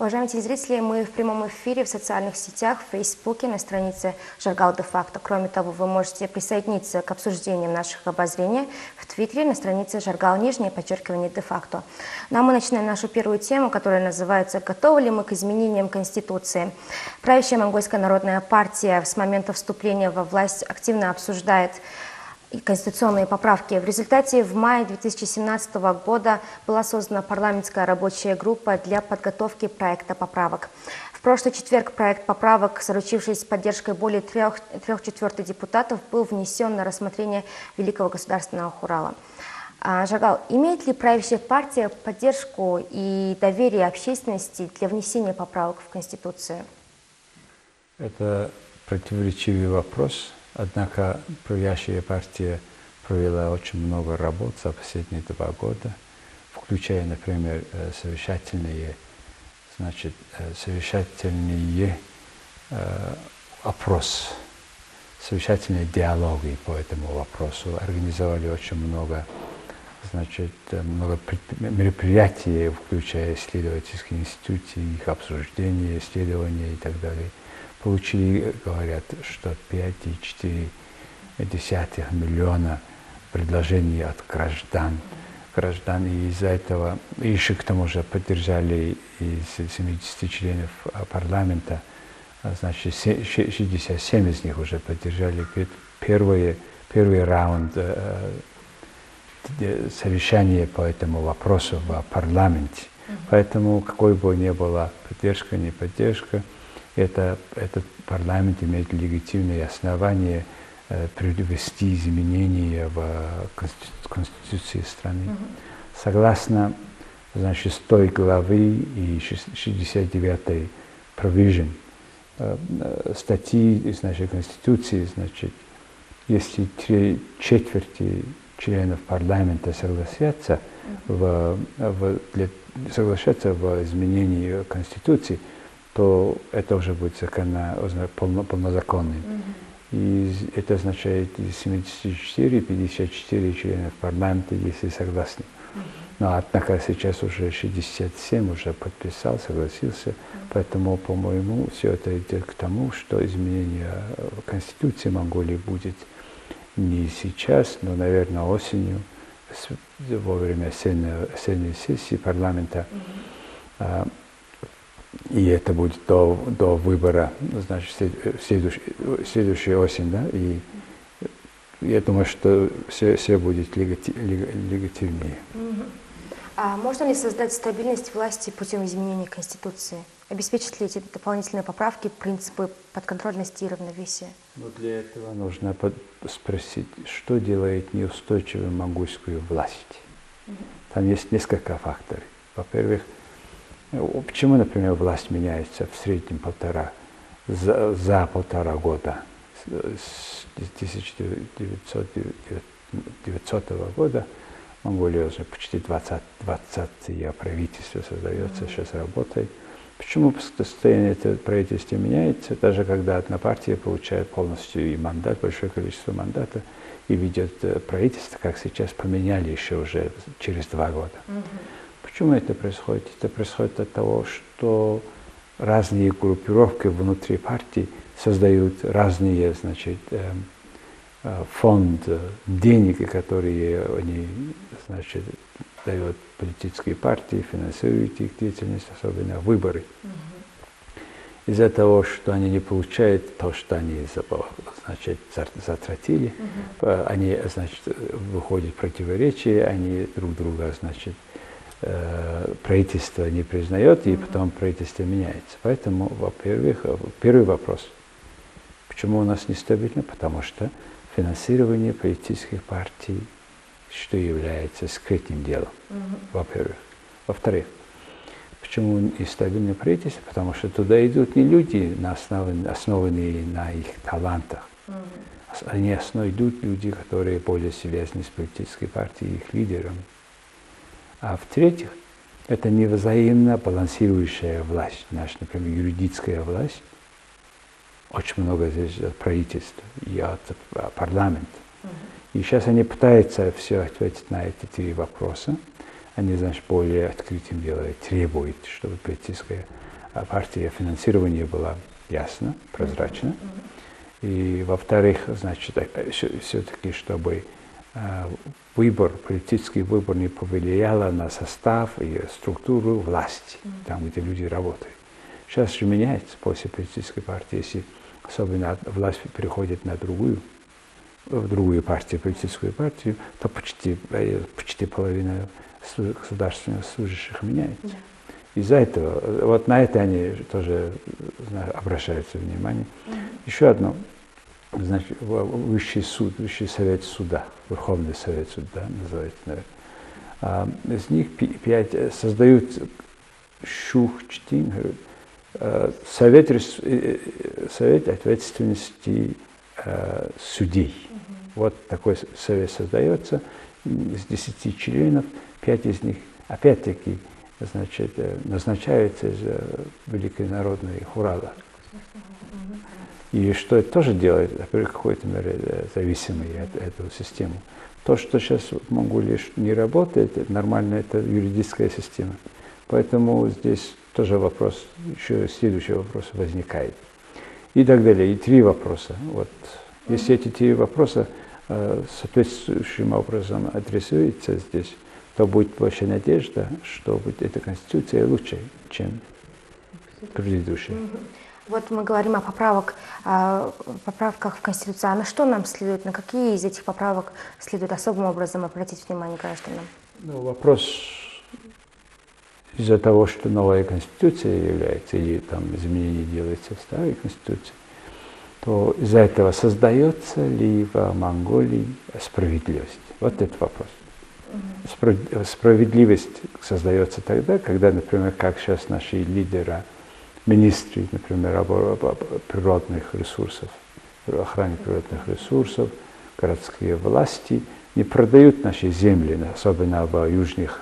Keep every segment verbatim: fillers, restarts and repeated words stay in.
Уважаемые телезрители, мы в прямом эфире в социальных сетях, в Фейсбуке, на странице Жаргал де-факто. Кроме того, вы можете присоединиться к обсуждениям наших обозрений в Твиттере на странице Жаргал, нижнее подчеркивание де-факто. Ну а мы начинаем нашу первую тему, которая называется «Готовы ли мы к изменениям Конституции?». Правящая Монгольская народная партия с момента вступления во власть активно обсуждает конституционные поправки. В результате в мае две тысячи семнадцатого года была создана парламентская рабочая группа для подготовки проекта поправок. В прошлый четверг проект поправок, заручившись поддержкой более трех, трех четвертых депутатов, был внесен на рассмотрение Великого государственного хурала. А, Жаргал, имеет ли правящая партия поддержку и доверие общественности для внесения поправок в Конституцию? Это противоречивый вопрос. Однако правящая партия провела очень много работ за последние два года, включая, например, совещательные, значит, совещательные э, опрос, совещательные диалоги по этому вопросу. Организовали очень много, значит, много мероприятий, включая исследовательские институты, их обсуждения, исследования и так далее. Получили, говорят, что пять и четыре десятых миллиона предложений от граждан. граждан. И из-за этого еще к тому же поддержали из семидесяти членов парламента, значит, шестьдесят семь из них уже поддержали первый, первый раунд совещания по этому вопросу в парламенте. Поэтому какой бы ни была поддержка, не поддержка, Это, этот парламент имеет легитимные основания э, привести изменения в конститу, Конституции страны. Mm-hmm. Согласно, значит, шестой главы и шестьдесят девятой provision э, статьи, значит, Конституции, значит, если три четверти членов парламента согласятся, mm-hmm. в, в, для, согласятся в изменении Конституции, то это уже будет законно, полно, полнозаконным. Mm-hmm. И это означает семьдесят четыре — пятьдесят четыре членов парламента, если согласны. Mm-hmm. Но однако сейчас уже шестьдесят семь уже подписал, согласился. Mm-hmm. Поэтому, по-моему, все это идет к тому, что изменение Конституции Монголии будет не сейчас, но, наверное, осенью, во время осенней, осенней сессии парламента. Mm-hmm. И это будет до, до выбора, значит, следующей, следующей осень, да, и я думаю, что все, все будет легитимнее. Mm-hmm. А можно ли создать стабильность власти путем изменения Конституции? Обеспечат ли эти дополнительные поправки принципы подконтрольности и равновесия? Но для этого нужно спросить, что делает неустойчивую монгольскую власть. Mm-hmm. Там есть несколько факторов. Во-первых, почему, например, власть меняется в среднем полтора, за, за полтора года, с тысяча девятисотого года, Монголия уже почти двадцатое правительство создается, mm-hmm. сейчас работает. Почему постоянно это правительство меняется, даже когда одна партия получает полностью и мандат, большое количество мандата, и ведет правительство, как сейчас поменяли еще уже через два года. Mm-hmm. Почему это происходит? Это происходит от того, что разные группировки внутри партии создают разные, значит, фонды, денег, которые они, значит, дают политические партии, финансируют их деятельность, особенно выборы. Mm-hmm. Из-за того, что они не получают то, что они, значит, затратили, mm-hmm. они, значит, выходят в противоречие, они друг друга, значит, правительство не признает, и потом правительство меняется. Поэтому, во-первых, первый вопрос, почему у нас нестабильно? Потому что финансирование политических партий, что является скрытым делом, mm-hmm. во-первых. Во-вторых, почему нестабильное правительство? Потому что туда идут не люди, на основе, основанные на их талантах. Mm-hmm. Они основ идут люди, которые более связаны с политической партией, их лидером. А в-третьих, это невзаимно балансирующая власть. Наша, например, юридическая власть, очень много здесь от правительства и от парламента. Mm-hmm. И сейчас они пытаются все ответить на эти три вопроса. Они, значит, более открытым делают, требуют, чтобы политическая партия финансирования была ясна, прозрачна. И, во-вторых, значит, все-таки, чтобы выбор, политический выбор не повлиял на состав и структуру власти, там, где люди работают. Сейчас же меняется после политической партии, если особенно власть переходит на другую, в другую партию, политическую партию, то почти, почти половина государственных служащих меняется. Да. Из-за этого, вот на это они тоже обращаются внимание. Mm-hmm. Еще одно, значит, высший суд, высший совет суда, Верховный совет суда называется, наверное. А, из них пять создают шухчтин, совет, совет ответственности э, судей. Mm-hmm. Вот такой совет создается из десяти членов, пять из них, опять-таки, значит, назначается из Великой Народной Хурала. И что это тоже делает, в какой-то мере, зависимой от этого системы. То, что сейчас в Монголии не работает, нормально, это юридическая система. Поэтому здесь тоже вопрос, еще следующий вопрос возникает. И так далее. И три вопроса. Вот. Если эти три вопроса э, соответствующим образом адресуются здесь, то будет больше надежда, что будет эта конституция лучше, чем предыдущая. Вот мы говорим о поправок, о поправках в Конституцию. А на что нам следует, на какие из этих поправок следует особым образом обратить внимание гражданам? Ну, вопрос из-за того, что новая Конституция является, или там изменения делаются в старой Конституции, то из-за этого создается ли в Монголии справедливость? Вот этот вопрос. Справедливость создается тогда, когда, например, как сейчас наши лидеры, министры, например, природных ресурсов, охраны природных ресурсов, городские власти не продают наши земли, особенно в южных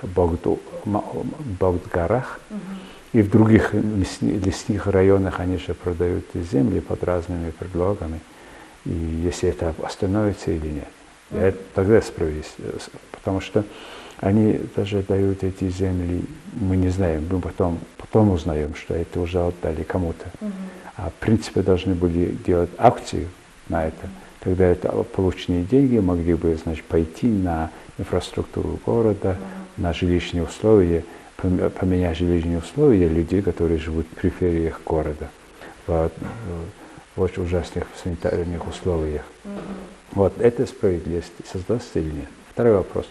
Богд-горах, mm-hmm. и в других лесных районах они же продают земли под разными предлогами, и если это остановится или нет. Mm-hmm. Это тогда справедливость, потому что они даже дают эти земли, мы не знаем, мы потом, потом узнаем, что это уже отдали кому-то. Mm-hmm. А в принципе должны были делать акцию на это. Тогда это полученные деньги могли бы, значит, пойти на инфраструктуру города, mm-hmm. на жилищные условия, поменять жилищные условия людей, которые живут в перифериях города, в, в очень ужасных санитарных условиях. Mm-hmm. Вот это справедливость создастся или нет? Второй вопрос.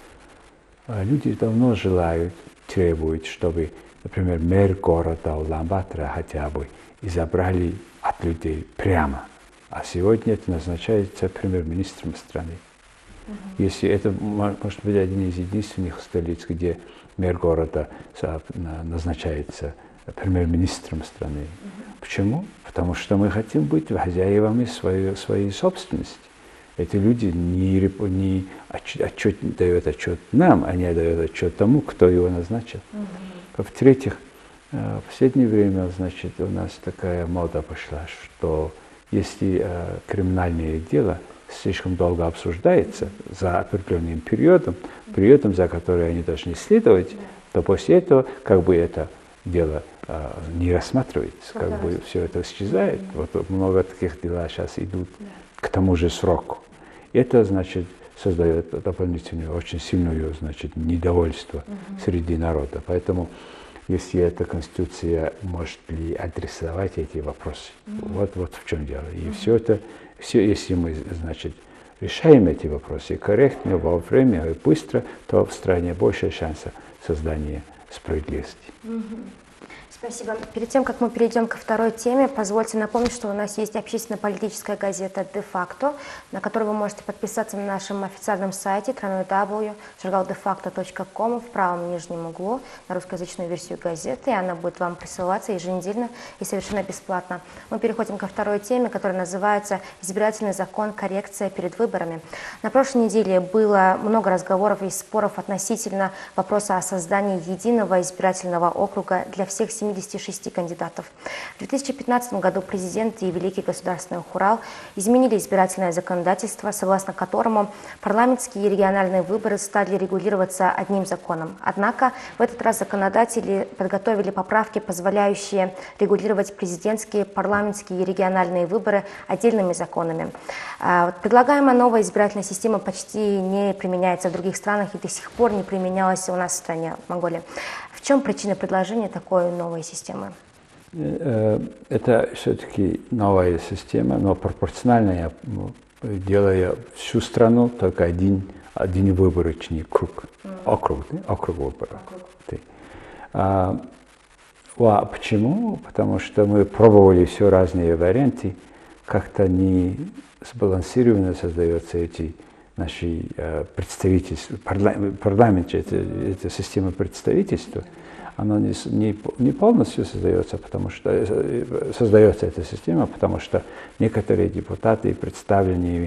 Люди давно желают, требуют, чтобы, например, мэр города Улан-Батора хотя бы изобрали от людей прямо. А сегодня это назначается премьер-министром страны. Uh-huh. Если это может быть один из единственных столиц, где мэр города назначается премьер-министром страны. Uh-huh. Почему? Потому что мы хотим быть хозяевами своей, своей собственности. Эти люди не, не отчет, дают отчет нам, они дают отчет тому, кто его назначил. Uh-huh. В-третьих, в последнее время, значит, у нас такая мода пошла, что если э, криминальное дело слишком долго обсуждается за определенным периодом, периодом, за который они должны следовать, yeah. то после этого как бы это дело э, не рассматривается, как бы все это исчезает. Mm-hmm. Вот много таких дел сейчас идут yeah. к тому же сроку. Это, значит, создает дополнительную, очень сильную, значит, недовольство mm-hmm. среди народа. Поэтому если эта Конституция может ли адресовать эти вопросы. Mm-hmm. Вот, вот в чем дело. И mm-hmm. все это, все, если мы, значит, решаем эти вопросы корректно, вовремя и быстро, то в стране больше шанса создания справедливости. Mm-hmm. Спасибо. Перед тем, как мы перейдем ко второй теме, позвольте напомнить, что у нас есть общественно-политическая газета «Де-факто», на которую вы можете подписаться на нашем официальном сайте дабл ю дабл ю дабл ю точка жаргал де факто точка ком в правом нижнем углу на русскоязычную версию газеты, и она будет вам присылаться еженедельно и совершенно бесплатно. Мы переходим ко второй теме, которая называется «Избирательный закон. Коррекция перед выборами». На прошлой неделе было много разговоров и споров относительно вопроса о создании единого избирательного округа для всех семидесяти семидесяти шести кандидатов. В две тысячи пятнадцатом году президент и Великий государственный хурал изменили избирательное законодательство, согласно которому парламентские и региональные выборы стали регулироваться одним законом. Однако в этот раз законодатели подготовили поправки, позволяющие регулировать президентские, парламентские и региональные выборы отдельными законами. Предлагаемая новая избирательная система почти не применяется в других странах и до сих пор не применялась у нас в стране, в Монголии. В чем причина предложения такой новой системы? Это все-таки новая система, но пропорциональная, делая всю страну только один, один выборочный круг, mm. округ, да? округ выборов. Okay. А, а почему? Потому что мы пробовали все разные варианты, как-то не сбалансированно создаются эти наши э, представительства, парламент, парламент это, это система представительства, она не, не, не полностью создается, потому что э, создается эта система, потому что некоторые депутаты представлены,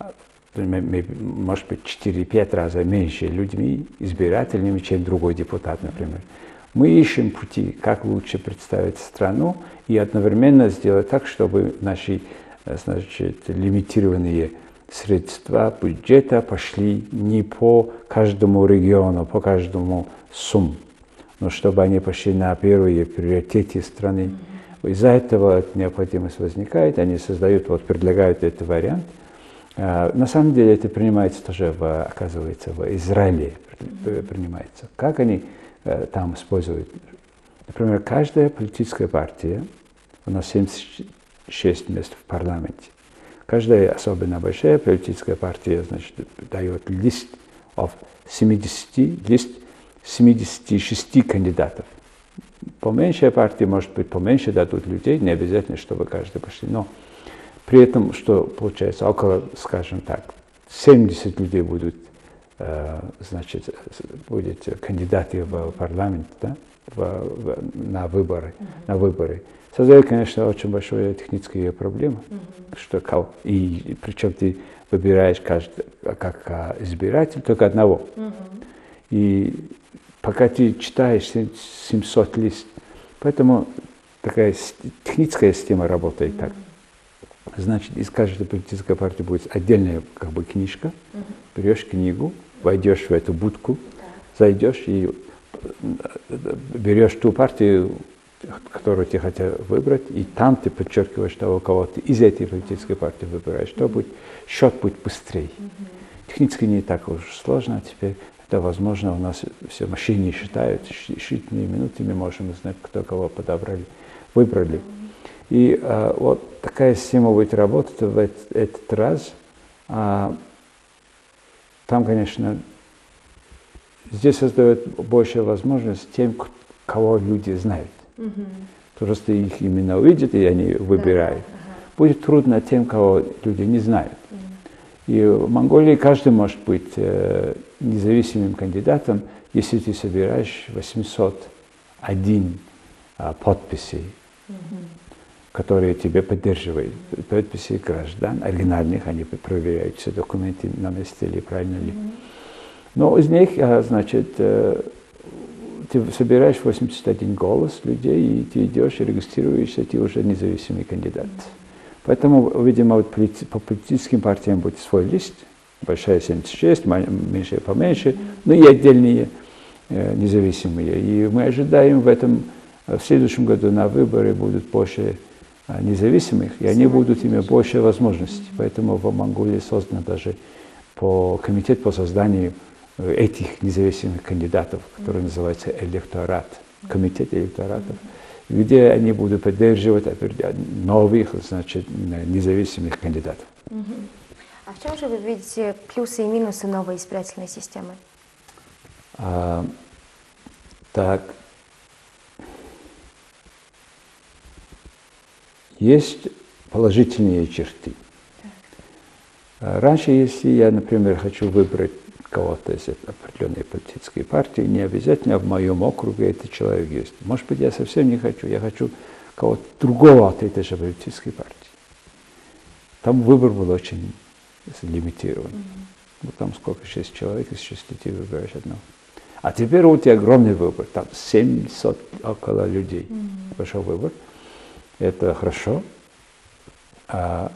может быть, четыре-пять раз меньше людьми, избирателями, чем другой депутат, например. Мы ищем пути, как лучше представить страну и одновременно сделать так, чтобы наши, значит, лимитированные средства бюджета пошли не по каждому региону, по каждому сумму, но чтобы они пошли на первые приоритеты страны. Mm-hmm. Из-за этого необходимость возникает, они создают, вот предлагают этот вариант. А, на самом деле это принимается тоже, в, оказывается, в Израиле mm-hmm. принимается. Как они а, там используют? Например, каждая политическая партия, у нас семьдесят шесть мест в парламенте, каждая особенно большая политическая партия, значит, дает лист of семидесяти, лист семидесяти шести кандидатов. Поменьшая партия, может быть, поменьше дадут людей, не обязательно, чтобы каждый пошли. Но при этом, что получается, около, скажем так, семьдесят людей будут, э, значит, будут кандидаты в парламент, да, в, в, на выборы, mm-hmm. на выборы. Создает, конечно, очень большую техническую проблему, mm-hmm. что, и причем ты выбираешь каждый, как избиратель только одного. Mm-hmm. И пока ты читаешь семьсот лист, поэтому такая техническая система работает mm-hmm. так. Значит, из каждой политической партии будет отдельная как бы книжка, mm-hmm. берешь книгу, войдешь в эту будку, mm-hmm. зайдешь и берешь ту партию, которую ты хотел выбрать, и там ты подчеркиваешь того, кого ты из этой политической партии выбираешь, чтобы счет будет быстрее. Mm-hmm. Технически не так уж сложно, а теперь это возможно, у нас все машины считают, считанные минуты мы можем узнать, кто кого подобрали, выбрали. Mm-hmm. И а, вот такая система будет работать в этот, этот раз. А, там, конечно, здесь создает большая возможность тем, кого люди знают. Mm-hmm. Просто их именно увидят, и они выбирают. Yeah. Uh-huh. Будет трудно тем, кого люди не знают. Mm-hmm. И в Монголии каждый может быть э, независимым кандидатом, если ты собираешь восемьсот один э, подписей, mm-hmm. которые тебе поддерживают. Mm-hmm. Подписи граждан, оригинальных, они проверяют все документы на месте или правильно ли. Mm-hmm. Но из них, значит, ты собираешь восемьдесят один голос людей, и ты идешь и регистрируешься, ты уже независимый кандидат. Поэтому, видимо, вот по политическим партиям будет свой лист, большая семьдесят шесть, меньшая поменьше, но и отдельные независимые. И мы ожидаем в этом, в следующем году на выборы будут больше независимых, и они будут иметь больше возможностей. Поэтому в Монголии создан даже по, комитет по созданию этих независимых кандидатов, который называется электорат, комитет электоратов, где они будут поддерживать новых, значит, независимых кандидатов. А в чем же вы видите плюсы и минусы новой избирательной системы? А, так, есть положительные черты. Раньше, если я, например, хочу выбрать кого-то из определенной политической партии, не обязательно в моем округе этот человек есть. Может быть, я совсем не хочу, я хочу кого-то другого от этой же политической партии. Там выбор был очень лимитирован. Mm-hmm. Ну, там сколько, шесть человек, из шести ты выбираешь одного. А теперь у тебя огромный выбор, там семьсот около людей, mm-hmm. большой выбор. Это хорошо. А,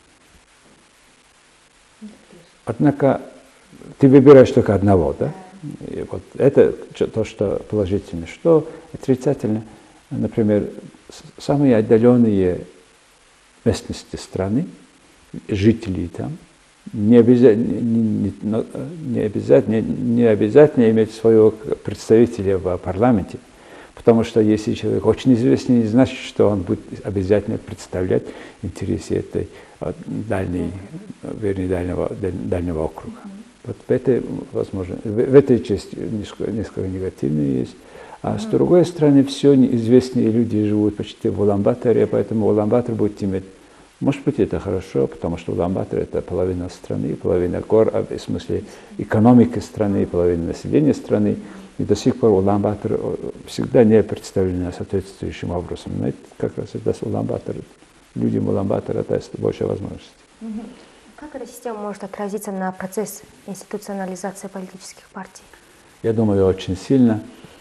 однако ты выбираешь только одного, да? И вот это то, что положительно. Что отрицательно, например, самые отдаленные местности страны, жители там, не обязательно, не, не, не, обязательно, не обязательно иметь своего представителя в парламенте, потому что если человек очень известный, не значит, что он будет обязательно представлять интересы этой дальней, вернее, дальнего, дальнего округа. Вот в этой, возможно, в, в этой части несколько, несколько негативные есть. А mm-hmm. с другой стороны, все известные люди живут почти в Улан-Баторе, поэтому Улан-Батор будет иметь. Может быть, это хорошо, потому что Улан-Батор это половина страны, половина гор, в смысле экономики страны, половина населения страны. И до сих пор Улан-Батор всегда не представлен соответствующим образом. Но это как раз это Улан-Батор, людям Улан-Батора даст больше возможностей. Mm-hmm. Как эта система может отразиться на процесс институционализации политических партий? Я думаю, очень сильно,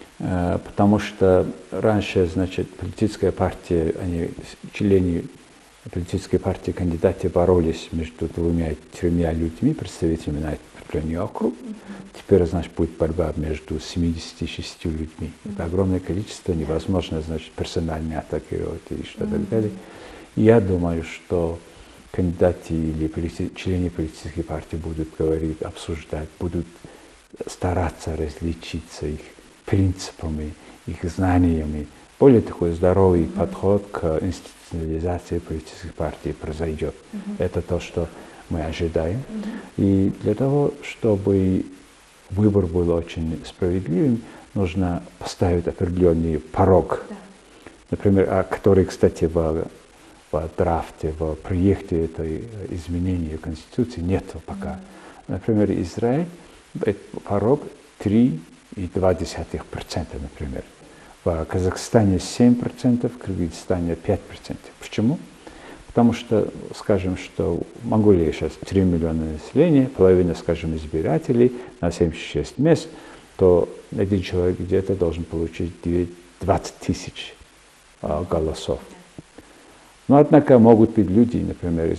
потому что раньше, значит, политическая партия, они, члены политической партии, кандидаты боролись между двумя-тремя людьми, представителями на определенный округ. Mm-hmm. Теперь, значит, будет борьба между семьюдесятью шестью людьми. Mm-hmm. Это огромное количество, невозможно, значит, персонально атаковать и что mm-hmm. так далее. И я думаю, что кандидаты или полити- члены политической партии будут говорить, обсуждать, будут стараться различиться их принципами, их знаниями. Более такой здоровый mm-hmm. подход к институционализации политических партий произойдет. Mm-hmm. Это то, что мы ожидаем. Mm-hmm. И для того, чтобы выбор был очень справедливым, нужно поставить определенный порог, yeah. например, который, кстати, в в драфте, в проекте этой изменения Конституции нет пока. Mm-hmm. Например, Израиль, порог три и два десятых процента, например. В Казахстане семь процентов, в Кыргызстане пять процентов. Почему? Потому что, скажем, что в Монголии сейчас три миллиона населения, половина, скажем, избирателей на семьдесят шесть мест, то один человек где-то должен получить двадцать тысяч голосов. Но, однако, могут быть люди, например,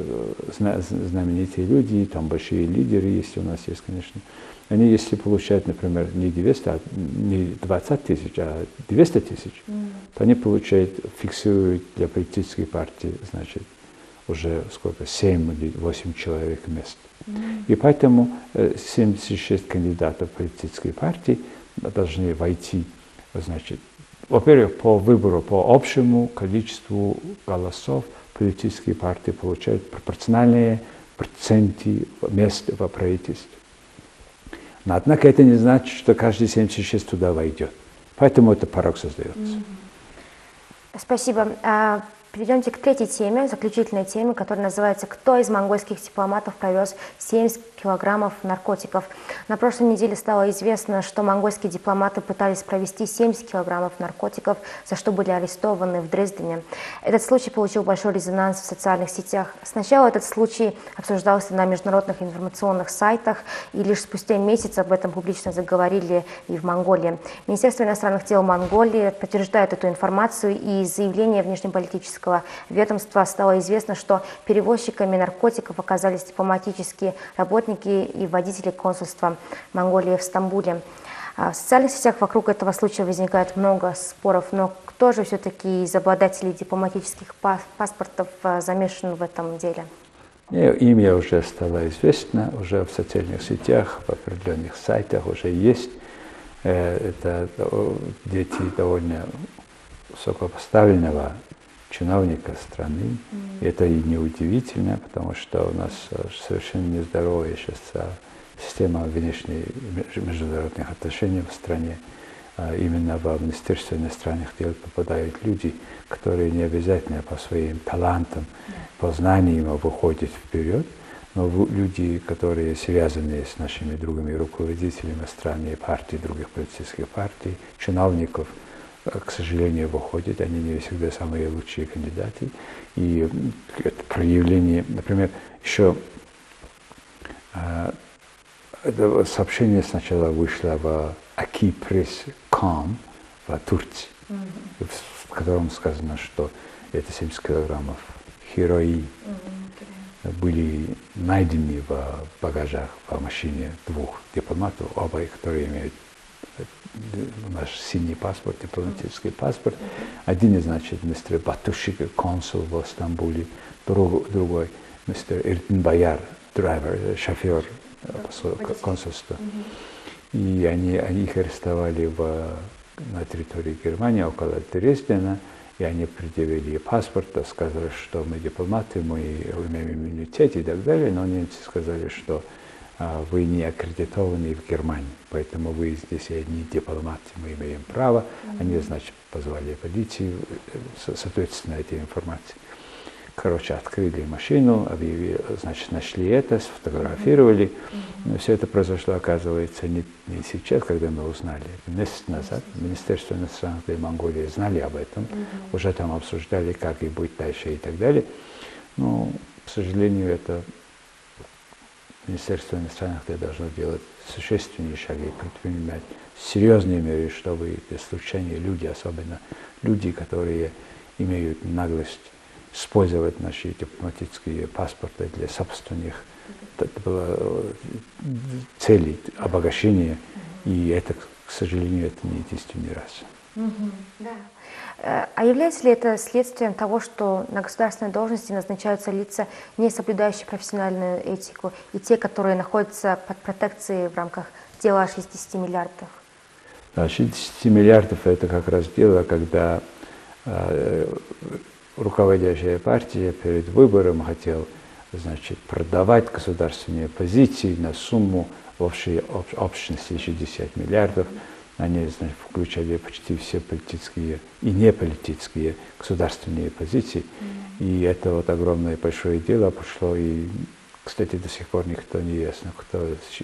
знаменитые люди, там большие лидеры, если у нас есть, конечно. Они, если получают, например, не двести, а не двадцать тысяч, а двести тысяч, mm. то они получают, фиксируют для политической партии, значит, уже сколько, семь или восемь человек мест. Mm. И поэтому семьдесят шесть кандидатов политической партии должны войти, значит, во-первых, по выбору, по общему количеству голосов политические партии получают пропорциональные проценты мест в правительстве. Но, однако, это не значит, что каждый семьдесят шесть туда войдет. Поэтому это порог создается. Mm-hmm. Спасибо. Перейдемте к третьей теме, заключительной теме, которая называется «Кто из монгольских дипломатов провез семьдесят килограммов наркотиков?». На прошлой неделе стало известно, что монгольские дипломаты пытались провести семьдесят килограммов наркотиков, за что были арестованы в Дрездене. Этот случай получил большой резонанс в социальных сетях. Сначала этот случай обсуждался на международных информационных сайтах, и лишь спустя месяц об этом публично заговорили и в Монголии. Министерство иностранных дел Монголии подтверждает эту информацию, и из заявления внешнеполитического ведомства стало известно, что перевозчиками наркотиков оказались дипломатические работники и водители консульства Монголии в Стамбуле. В социальных сетях вокруг этого случая возникает много споров, но кто же все-таки из обладателей дипломатических паспортов замешан в этом деле? Имя уже стало известно, уже в социальных сетях, в определенных сайтах уже есть. Это дети довольно высокопоставленного чиновника страны. Mm. Это и неудивительно, потому что у нас совершенно нездоровая сейчас система внешних международных отношений в стране. Именно в Министерство иностранных дел попадают люди, которые не обязательно по своим талантам, yeah. по знаниям выходят вперед, но люди, которые связаны с нашими другими руководителями страны, партий, других политических партий, чиновников, к сожалению, выходят, они не всегда самые лучшие кандидаты. И это проявление, например, еще э, это сообщение сначала вышло в Акипрес Кам в Турции, mm-hmm. в котором сказано, что это семьдесят килограммов герои mm-hmm. были найдены в багажах в машине двух дипломатов, оба, которые имеют наш синий паспорт, дипломатический паспорт. Mm-hmm. Один, значит, мистер Батушик, консул в Стамбуле, друг, другой мистер Иртинбаяр, драйвер, шофер mm-hmm. консульства. Mm-hmm. И они, они их арестовали в, на территории Германии, около Дрездена, и они предъявили паспорт, сказали, что мы дипломаты, мы имеем иммунитет и так далее, но немцы сказали, что а, вы не аккредитованы в Германии, поэтому вы здесь не дипломаты, мы имеем право. Mm-hmm. Они, значит, позвали полицию, соответственно, этой информации. Короче, открыли машину, объявили, значит, нашли это, сфотографировали. Mm-hmm. Но все это произошло, оказывается, не, не сейчас, когда мы узнали. Месяц назад Министерство иностранных дел Монголии знали об этом, mm-hmm. уже там обсуждали, как и будет дальше и так далее. Но, к сожалению, это Министерство иностранных дел должно делать существенные шаги, предпринимать серьезные меры, чтобы эти случайные люди, особенно люди, которые имеют наглость использовать наши дипломатические паспорты для собственных целей, обогащения, и это, к сожалению, это не единственный раз. Mm-hmm. Да. А является ли это следствием того, что на государственной должности назначаются лица, не соблюдающие профессиональную этику, и те, которые находятся под протекцией в рамках дела о шестидесяти миллиардах? Да, шестьдесят миллиардов – это как раз дело, когда э, руководящая партия перед выбором хотела, значит, продавать государственные позиции на сумму в общей общности шестьдесят миллиардов. Они, значит, включали почти все политические и неполитические государственные позиции. Mm-hmm. И это вот огромное большое дело пошло. И, кстати, до сих пор никто не ясно, кто,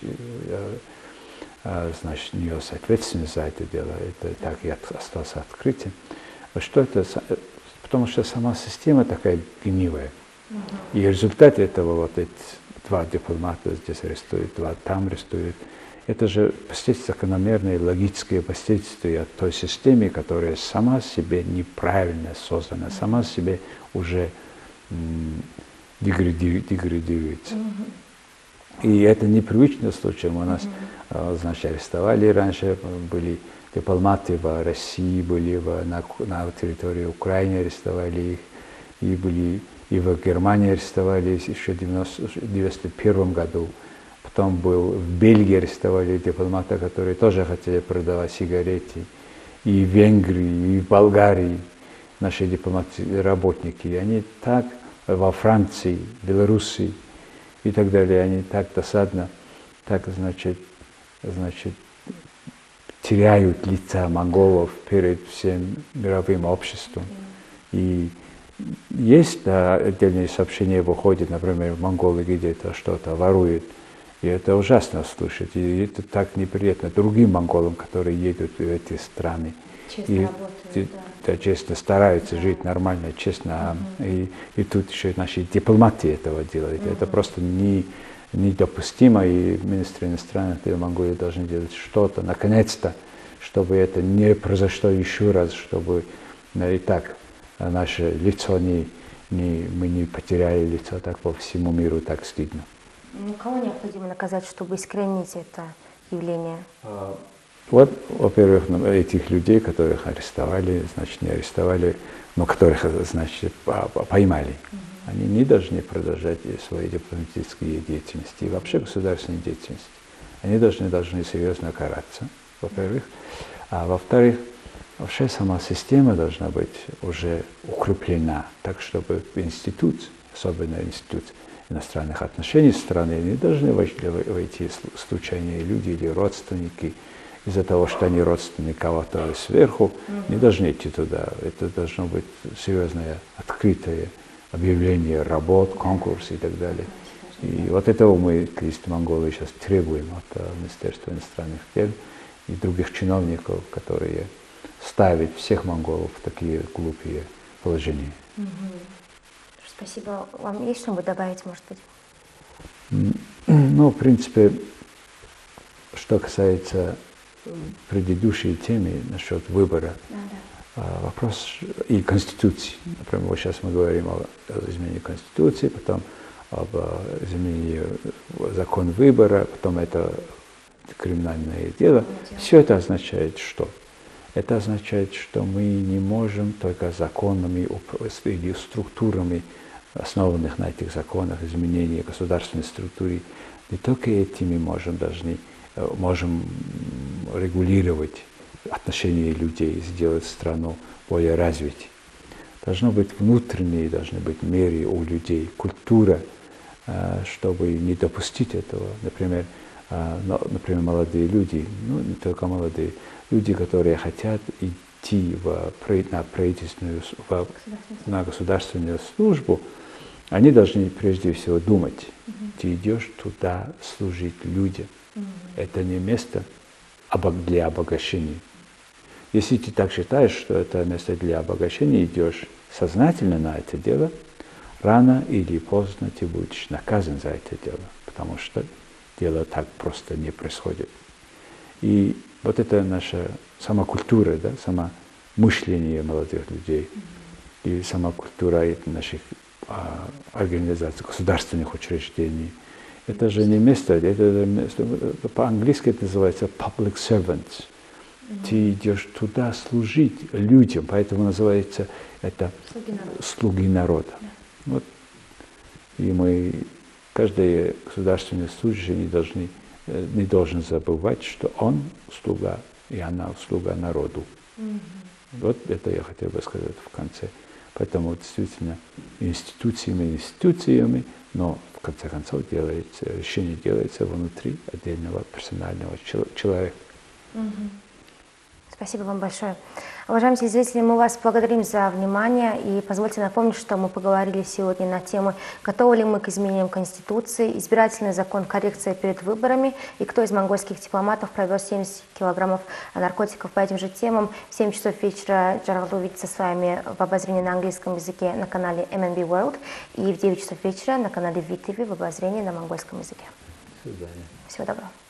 значит, нес ответственность за это дело. Это mm-hmm. так и осталось открытием. Что это? Потому что сама система такая гнилая. Mm-hmm. И результат этого, вот эти два дипломата здесь арестуют, два там арестуют. Это же последствия закономерные, логические последствия той системы, которая сама себе неправильно создана, mm-hmm. сама себе уже м, деградируется. Mm-hmm. И это непривычный случай. У нас, mm-hmm. значит, арестовали раньше, были дипломаты в России, были в, на, на территории Украины, арестовали их, и были и в Германии арестовали еще в девяносто первом году. Потом был в Бельгии арестовали дипломата, которые тоже хотели продавать сигареты. И в Венгрии, и в Болгарии наши дипломатические работники. И они так во Франции, Белоруссии и так далее, они так досадно, так, значит, значит, теряют лица монголов перед всем мировым обществом. И есть, да, отдельные сообщения выходят, например, монголы где-то что-то воруют. И это ужасно слушать, и это так неприятно другим монголам, которые едут в эти страны. Честно и, работают, да. Да, честно стараются да. жить нормально, честно. Угу. И, и тут еще наши дипломаты этого делают. Угу. Это просто не, недопустимо, и министры иностранных дел Монголии должны делать что-то, наконец-то, чтобы это не произошло еще раз, чтобы и так наше лицо, не, не, мы не потеряли лицо так по всему миру, так стыдно. Кого необходимо наказать, чтобы искоренить это явление? Вот, во-первых, этих людей, которых арестовали, значит, не арестовали, но которых, значит, поймали. Mm-hmm. Они не должны продолжать свои дипломатические деятельности и вообще государственные деятельности. Они должны, должны серьезно караться, во-первых. А во-вторых, вообще сама система должна быть уже укреплена, так, чтобы институт, особенно институт иностранных отношений страны, не должны войти случайные люди или родственники из-за того, что они родственники кого-то сверху, mm-hmm. не должны идти туда. Это должно быть серьезное, открытое объявление работ, конкурс и так далее. И вот этого мы, Лист Монголии, сейчас требуем от Министерства иностранных дел и других чиновников, которые ставят всех монголов в такие глупые положения. Mm-hmm. Спасибо. Вам есть что-нибудь добавить, может быть? Ну, в принципе, что касается предыдущей теме насчет выбора. Да, да. Вопрос и Конституции. Например, вот сейчас мы говорим о изменении Конституции, потом об изменении закона выбора, потом это криминальное дело. Все это означает что? Это означает, что мы не можем только законами или структурами, основанных на этих законах, изменения государственной структуры, не только этими можем, должны, можем регулировать отношения людей, сделать страну более развитой. Должно быть внутренние, должны быть меры у людей, культура, чтобы не допустить этого. Например, например, молодые люди, ну не только молодые, люди, которые хотят идти в, на правительственную, в, на государственную службу, они должны прежде всего думать, mm-hmm. ты идешь туда служить людям. Mm-hmm. Это не место для обогащения. Если ты так считаешь, что это место для обогащения, идешь сознательно на это дело, рано или поздно ты будешь наказан за это дело, потому что дело так просто не происходит. И вот это наша сама культура, да, сама мышление молодых людей, mm-hmm. и сама культура наших а, организаций, государственных учреждений. Это же не место, это место, по-английски это называется public servants. Mm-hmm. Ты идешь туда служить людям, поэтому называется это слуги народа. Слуги народа. Yeah. Вот. И мы, каждый государственный служащий не, должны, не должен забывать, что он слуга, и она слуга народу. Mm-hmm. Вот это я хотел бы сказать в конце. Поэтому действительно институциями, институциями, но в конце концов делается, решение делается внутри отдельного персонального человека. Mm-hmm. Спасибо вам большое. Уважаемые телезрители, мы вас благодарим за внимание и позвольте напомнить, что мы поговорили сегодня на тему, готовы ли мы к изменениям Конституции, избирательный закон, коррекция перед выборами и кто из монгольских дипломатов провез семьдесят килограммов наркотиков. По этим же темам в семь часов вечера Джаргалда увидится с вами в обозрении на английском языке на канале эм эн би World и в девять часов вечера на канале ви ти ви в обозрении на монгольском языке. До свидания. Всего доброго.